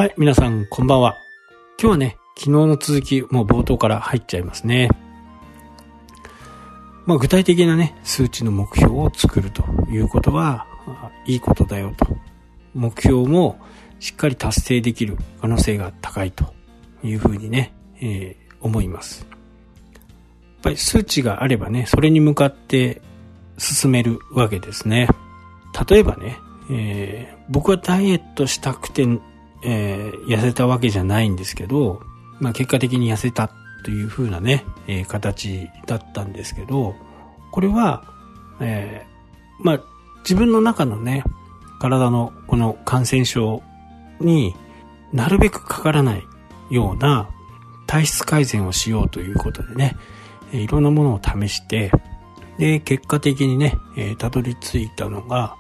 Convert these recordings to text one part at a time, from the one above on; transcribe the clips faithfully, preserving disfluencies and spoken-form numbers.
はい、皆さんこんばんは。今日はね、昨日の続き、もう冒頭から入っちゃいますね。まあ具体的なね、数値の目標を作るということはいいことだよと。目標もしっかり達成できる可能性が高いというふうにね、えー、思います。やっぱり数値があればね、それに向かって進めるわけですね。例えばね、えー、僕はダイエットしたくて、えー、痩せたわけじゃないんですけど、まあ結果的に痩せたという風なね、えー、形だったんですけど、これは、えー、まあ自分の中のね、体のこの感染症になるべくかからないような体質改善をしようということでね、えー、いろんなものを試して、で、結果的にね、えー、たどり着いたのが、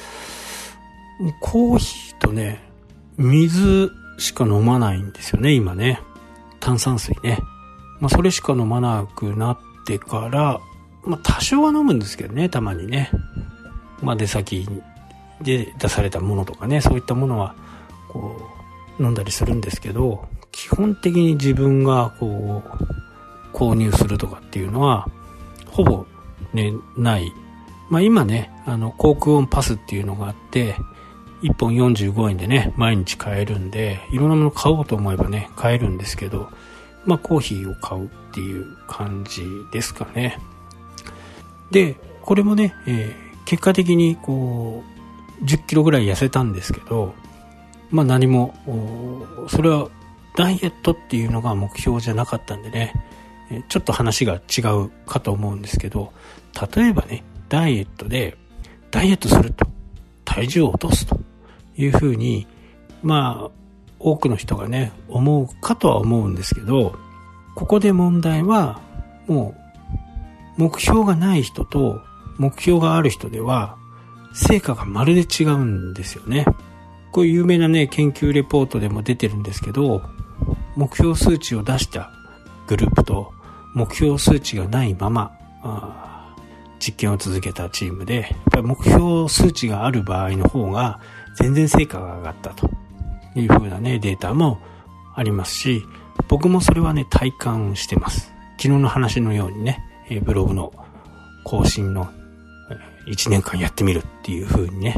コーヒーとね、水しか飲まないんですよね、今ね。炭酸水ね。まあ、それしか飲まなくなってから、まあ、多少は飲むんですけどね、たまにね。まあ、出先で出されたものとかね、そういったものは、こう、飲んだりするんですけど、基本的に自分が、こう、購入するとかっていうのは、ほぼね、ない。まあ、今ね、あの、航空音パスっていうのがあって、いっぽんよんじゅうごえんでね、毎日買えるんで、いろんなもの買おうと思えばね、買えるんですけど、まあコーヒーを買うっていう感じですかね。で、これもね、えー、結果的にこう、じゅっキロぐらい痩せたんですけど、まあ何も、それはダイエットっていうのが目標じゃなかったんでね、ちょっと話が違うかと思うんですけど、例えばね、ダイエットで、ダイエットすると、体重を落とすというふうに、まあ、多くの人がね、思うかとは思うんですけど、ここで問題は、もう、目標がない人と目標がある人では、成果がまるで違うんですよね。こういう有名なね、研究レポートでも出てるんですけど、目標数値を出したグループと、目標数値がないまま、実験を続けたチームで、やっぱり目標数値がある場合の方が全然成果が上がったという風なね、データもありますし、僕もそれはね、体感してます。昨日の話のようにね、ブログの更新のいちねんかんやってみるっていう風にね。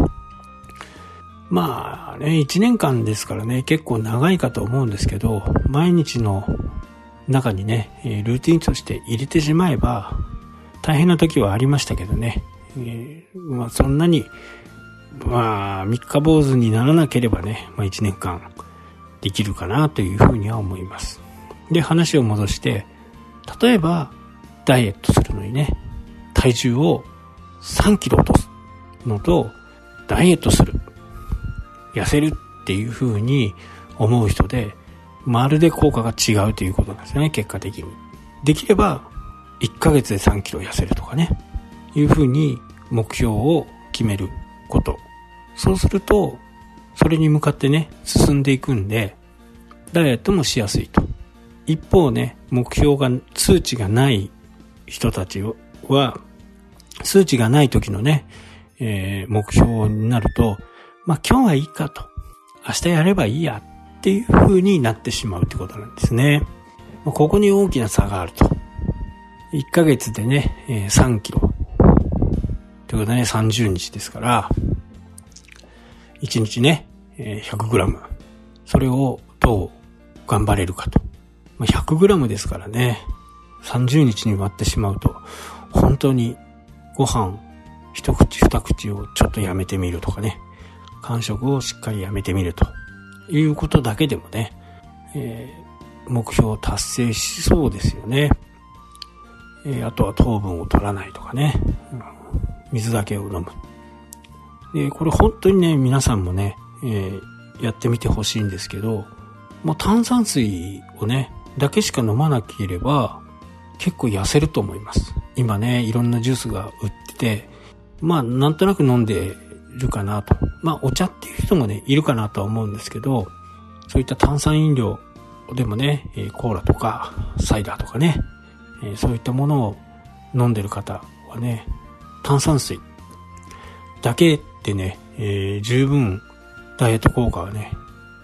まあね、いちねんかんですからね、結構長いかと思うんですけど、毎日の中にね、ルーティンとして入れてしまえば、大変な時はありましたけどね、えー、まあそんなにまあ三日坊主にならなければね、まあいちねんかんできるかなというふうには思います。で、話を戻して、例えばダイエットするのにね、体重をさんキロ落とすのと、ダイエットする、痩せるっていうふうに思う人で、まるで効果が違うということなんですよね、結果的に。できればいっかげつでさんキロ痩せるとかね、いうふうに目標を決めること。そうすると、それに向かってね、進んでいくんで、ダイエットもしやすいと。一方ね、目標が、数値がない人たちは、数値がない時のね、えー、目標になると、まあ今日はいいかと。明日やればいいやっていう風になってしまうってことなんですね。まあ、ここに大きな差があると。いっかげつでね、えー、さんキロ。ということでね、さんじゅうにちですから、いちにちね、えー、ひゃくグラム。それをどう頑張れるかと。まあ、ひゃくグラムですからね、さんじゅうにちに割ってしまうと、本当にご飯一口二口をちょっとやめてみるとかね、間食をしっかりやめてみるということだけでもね、えー、目標を達成しそうですよね。えー、あとは糖分を取らないとかね、うん、水だけを飲む。で、これ本当にね、皆さんもね、えー、やってみてほしいんですけど、もう炭酸水をね、だけしか飲まなければ結構痩せると思います。今ね、いろんなジュースが売ってて、まあなんとなく飲んでるかなと。まあお茶っていう人もね、いるかなとは思うんですけど、そういった炭酸飲料でもね、コーラとかサイダーとかね、そういったものを飲んでる方はね、炭酸水だけでね、えー、十分ダイエット効果はね、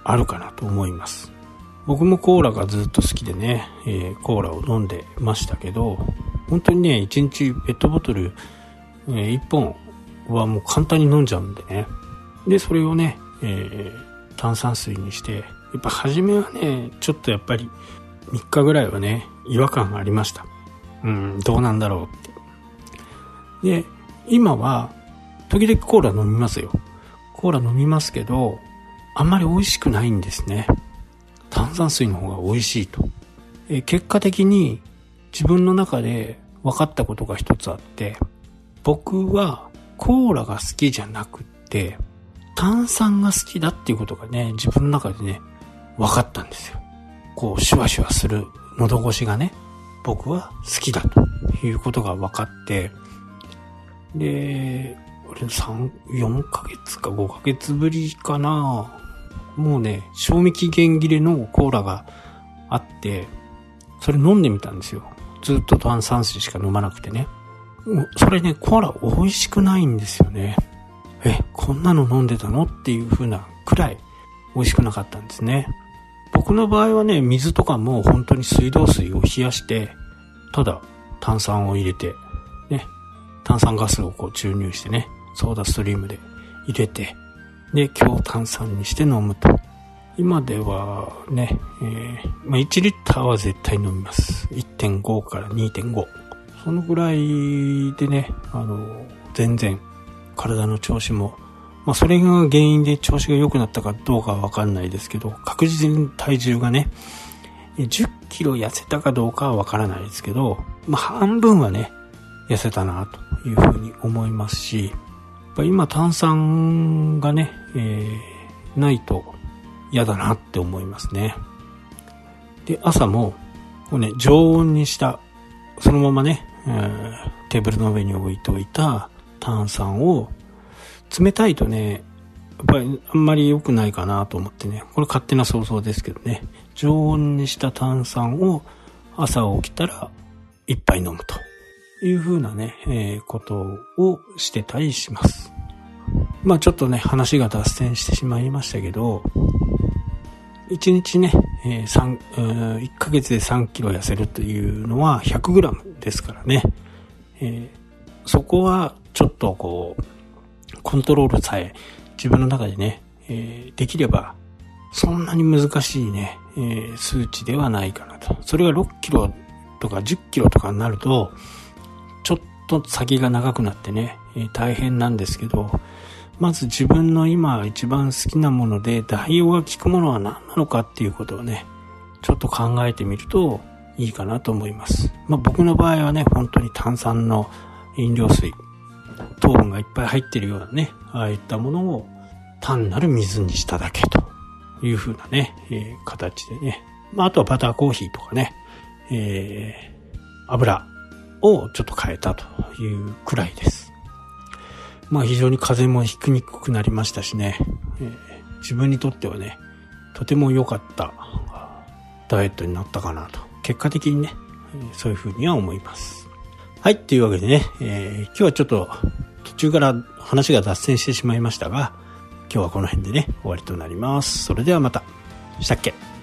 あるかなと思います。僕もコーラがずっと好きでね、えー、コーラを飲んでましたけど、本当にね、いちにちペットボトル、えー、いっぽんはもう簡単に飲んじゃうんでね。で、それをね、えー、炭酸水にして、やっぱ初めはね、ちょっとやっぱりみっかぐらいはね、違和感がありました。うん、どうなんだろうって。で、今は、時々コーラ飲みますよ。コーラ飲みますけど、あんまり美味しくないんですね。炭酸水の方が美味しいと。え結果的に自分の中で分かったことが一つあって、僕はコーラが好きじゃなくって、炭酸が好きだっていうことがね、自分の中でね、分かったんですよ。こう、シュワシュワする喉越しがね、僕は好きだということが分かって、で、俺さん、よんかげつかごかげつぶりかな。もうね、賞味期限切れのコーラがあって、それ飲んでみたんですよ。ずっと炭酸水しか飲まなくてね。それね、コーラ美味しくないんですよね。え、こんなの飲んでたのっていう風なくらい美味しくなかったんですね。僕の場合はね、水とかも本当に水道水を冷やして、ただ炭酸を入れて、ね、炭酸ガスをこう注入してね、ソーダストリームで入れて、で、強炭酸にして飲むと。今ではね、えーまあ、いちリッターは絶対飲みます。いってんご から にてんご。そのぐらいでね、あの、全然体の調子も、まあそれが原因で調子が良くなったかどうかはわかんないですけど、確実に体重がね、じゅっキロ痩せたかどうかはわからないですけど、まあ半分はね、痩せたなというふうに思いますし、やっぱ今炭酸がね、えー、ないと嫌だなって思いますね。で、朝も、こうね、常温にした、そのままね、えー、テーブルの上に置いておいた炭酸を、冷たいとね、やっぱりあんまり良くないかなと思ってね、これ勝手な想像ですけどね、常温にした炭酸を朝起きたら一杯飲むという風なね、えー、ことをしてたりします。まあちょっとね、話が脱線してしまいましたけど、いちにちね、えー、さん、いっかげつでさんキロ痩せるというのは ひゃくグラム ですからね、えー、そこはちょっとこう、コントロールさえ自分の中でね、えー、できればそんなに難しいね、えー、数値ではないかなと。それがろっキロとかじゅっキロとかになるとちょっと先が長くなってね、えー、大変なんですけど、まず自分の今一番好きなもので代用が効くものは何なのかっていうことをね、ちょっと考えてみるといいかなと思います。まあ僕の場合はね、本当に炭酸の飲料水、糖分がいっぱい入ってるようなね、ああいったものを単なる水にしただけという風なね、えー、形でね、まああとはバターコーヒーとかね、えー、油をちょっと変えたというくらいです。まあ非常に風邪もひきにくくなりましたしね、えー、自分にとってはね、とても良かったダイエットになったかなと、結果的にね、そういう風には思います。はい、というわけでね、えー、今日はちょっと途中から話が脱線してしまいましたが、今日はこの辺でね、終わりとなります。それではまた。したっけ。